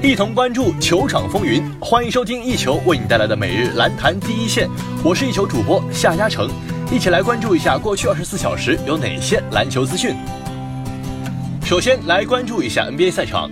一同关注球场风云。欢迎收听一球为你带来的每日篮坛第一线，我是一球主播夏嘉诚，一起来关注一下过去24小时有哪些篮球资讯。首先来关注一下 NBA 赛场。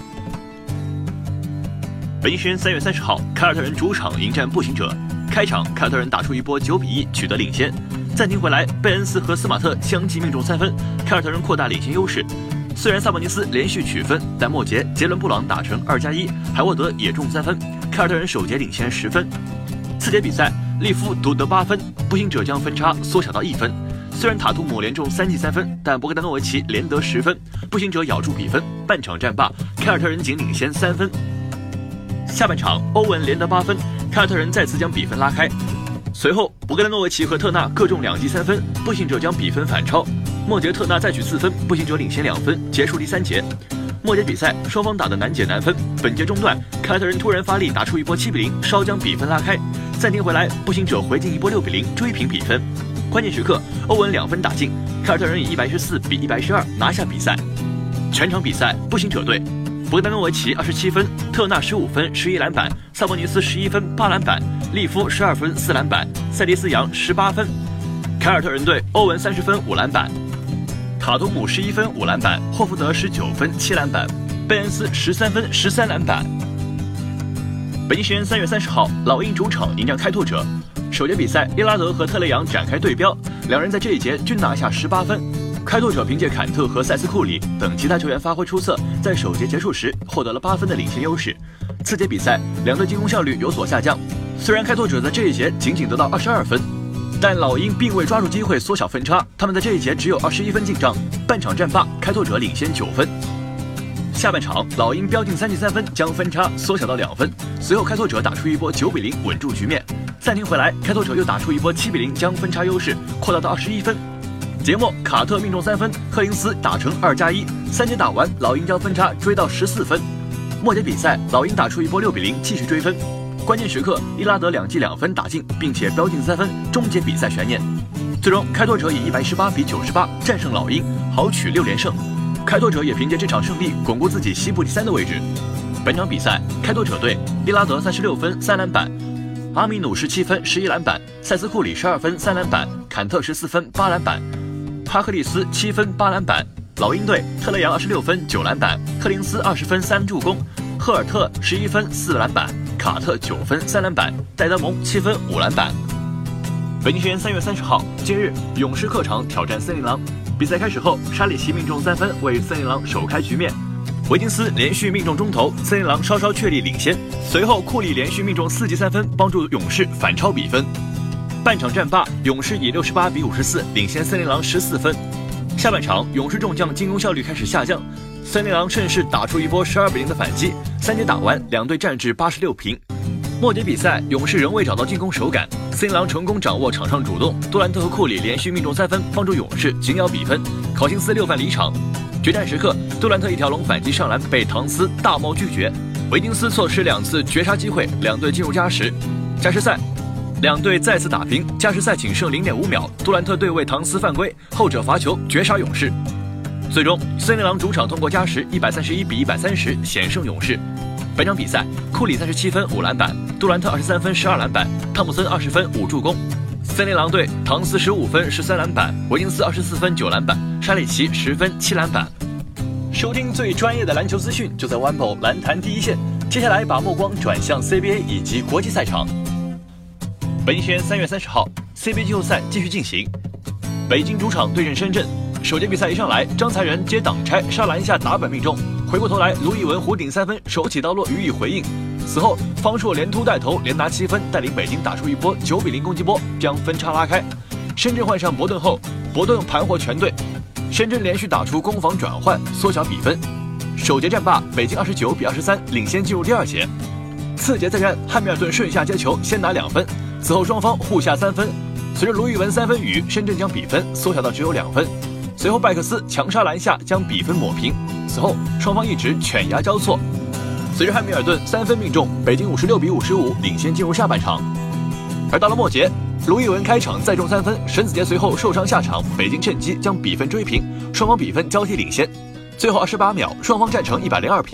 北京时间3月30号，凯尔特人主场迎战步行者。开场，凯尔特人打出一波9-1取得领先，暂停回来，贝恩斯和斯马特相继命中3分，凯尔特人扩大领先优势。虽然萨博尼斯连续取分，但末节杰伦布朗打成2+1，海沃德也中3分，凯尔特人首节领先10分。次节比赛，利夫独得8分，步行者将分差缩小到1分。虽然塔图姆连中3记3分，但博格丹诺维奇连得10分，步行者咬住比分，半场战罢，凯尔特人仅领先3分。下半场，欧文连得8分，凯尔特人再次将比分拉开。随后，博格丹诺维奇和特纳各中2记3分，步行者将比分反超。末节特纳再取4分，步行者领先2分，结束第3节。末节比赛双方打得难解难分，本节中段，凯尔特人突然发力打出一波7-0，稍将比分拉开。暂停回来，步行者回进一波6-0，追平比分。关键时刻，欧文2分打进，凯尔特人以114-112拿下比赛。全场比赛，步行者队博格丹诺维奇27分，特纳15分11篮板，萨博尼斯11分8篮板，利夫12分4篮板，塞迪斯杨18分。凯尔特人队欧文30分5篮板，塔图姆11分5篮板，霍福德19分7篮板，贝恩斯13分13篮板。北京时间3月30号，老鹰主场迎战开拓者。首节比赛，利拉德和特雷杨展开对标，两人在这一节均拿下18分。开拓者凭借坎特和塞斯库里等其他球员发挥出色，在首节结束时获得了8分的领先优势。次节比赛，两队进攻效率有所下降，虽然开拓者在这一节仅仅得到22分，但老鹰并未抓住机会缩小分差，他们在这一节只有21分进账，半场战罢，开拓者领先9分。下半场，老鹰飙进3记3分，将分差缩小到2分，随后开拓者打出一波9-0稳住局面。暂停回来，开拓者又打出一波7-0，将分差优势扩大到21分。节末，卡特命中3分，赫林斯打成2+1，三节打完，老鹰将分差追到14分。末节比赛，老鹰打出一波6-0，继续追分。关键时刻，利拉德2记2分打进，并且飙进3分，终结比赛悬念。最终，开拓者以118-98战胜老鹰，豪取6连胜。开拓者也凭借这场胜利巩固自己西部第3的位置。本场比赛，开拓者队利拉德36分3篮板，阿米努17分11篮板，塞斯库里12分3篮板，坎特14分8篮板，哈克利斯7分8篮板。老鹰队特雷杨26分9篮板，柯林斯20分3助攻，赫尔特11分4篮板，卡特9分3篮板，戴德蒙7分5篮板。北京时间3月30号，今日勇士客场挑战森林狼。比赛开始后，沙里奇命中3分，为森林狼首开局面。维金斯连续命中中投，森林狼稍稍确立领先。随后库里连续命中4记3分，帮助勇士反超比分。半场战罢，勇士以68-54领先森林狼14分。下半场，勇士众将进攻效率开始下降，森林狼顺势打出一波12-0的反击。三节打完，两队战至86平。末节比赛，勇士仍未找到进攻手感，森林狼成功掌握场上主动，杜兰特和库里连续命中3分，帮助勇士紧咬比分。考辛斯6犯离场。决战时刻，杜兰特一条龙反击上篮被唐斯大猫拒绝，维金斯错失2次绝杀机会，两队进入加时。加时赛，两队再次打平，加时赛仅剩0.5秒，杜兰特对位唐斯犯规，后者罚球绝杀勇士。最终，森林狼主场通过加时131-130险胜勇士。本场比赛，库里37分5篮板，杜兰特23分12篮板，汤姆森20分5助攻。森林狼队唐斯15分13篮板，维金斯24分9篮板，沙里奇10分7篮板。收听最专业的篮球资讯，就在 OneBall 篮坛第一线。接下来把目光转向 CBA 以及国际赛场。北京时间3月30号 ，CBA 季后赛继续进行。北京主场对阵深圳，首节比赛一上来，张才仁接挡拆杀篮下打板命中，回过头来，卢逸文弧顶3分，手起刀落予以回应。此后，方硕连突带投，连拿7分，带领北京打出一波9-0攻击波，将分差拉开。深圳换上伯顿后，伯顿盘活全队，深圳连续打出攻防转换，缩小比分。首节战罢，北京29-23领先进入第2节。次节再战，汉密尔顿顺下接球，先拿2分，此后双方互下3分。随着卢逸文3分雨，深圳将比分缩小到只有2分。随后拜克斯强杀篮下，将比分抹平。此后双方一直犬牙交错。随着汉密尔顿3分命中，北京56-55领先进入下半场。而到了末节，卢逸文开场再中3分，沈子杰随后受伤下场，北京趁机将比分追平，双方比分交替领先。最后28秒，双方战成102平，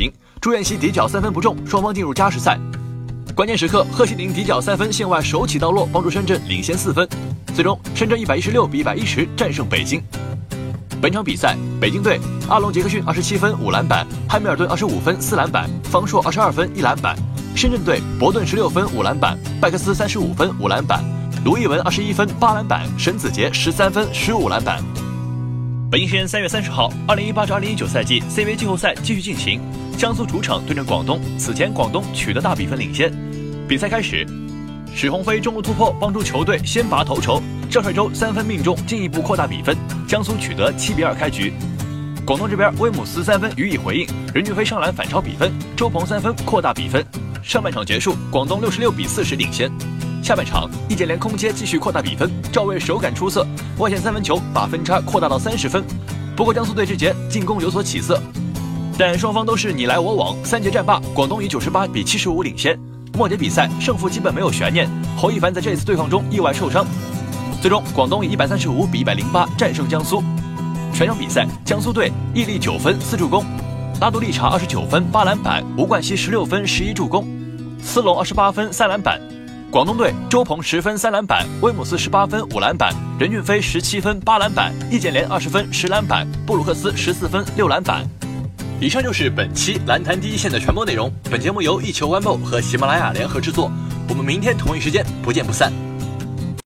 朱彦西底角3分不中，双方进入加时赛。关键时刻，贺西宁底角3分线外手起刀落，帮助深圳领先4分。最终，深圳116比110战胜北京。本场比赛，北京队阿隆·杰克逊27分5篮板，汉密尔顿25分4篮板，方硕22分1篮板。深圳队伯顿16分5篮板，拜克斯35分5篮板，卢逸文21分8篮板，沈子杰13分15篮板。北京时间3月30号，2018至2019赛季 CBA 季后赛继续进行，江苏主场对阵广东，此前广东取得大比分领先。比赛开始，史鸿飞中路突破帮助球队先拔头筹，赵帅洲3分命中，进一步扩大比分，江苏取得7比2开局。广东这边威姆斯3分予以回应，任骏飞上篮反超比分，周鹏3分扩大比分。上半场结束，广东66比40领先。下半场，易建联空接继续扩大比分，赵睿手感出色，外线3分球把分差扩大到30分。不过江苏队这节进攻有所起色，但双方都是你来我往，3节战罢，广东以98比75领先。末节比赛胜负基本没有悬念，侯一凡在这次对抗中意外受伤，最终广东以135比108战胜江苏。全场比赛，江苏队易立9分4助攻，拉杜利查29分8篮板，吴冠希16分11助攻，斯隆28分3篮板。广东队周鹏10分3篮板，威姆斯18分5篮板，任骏飞17分8篮板，易建联20分10篮板，布鲁克斯14分6篮板。以上就是本期篮坛第一线的全部内容。本节目由一球 One More 和喜马拉雅联合制作。我们明天同一时间不见不散。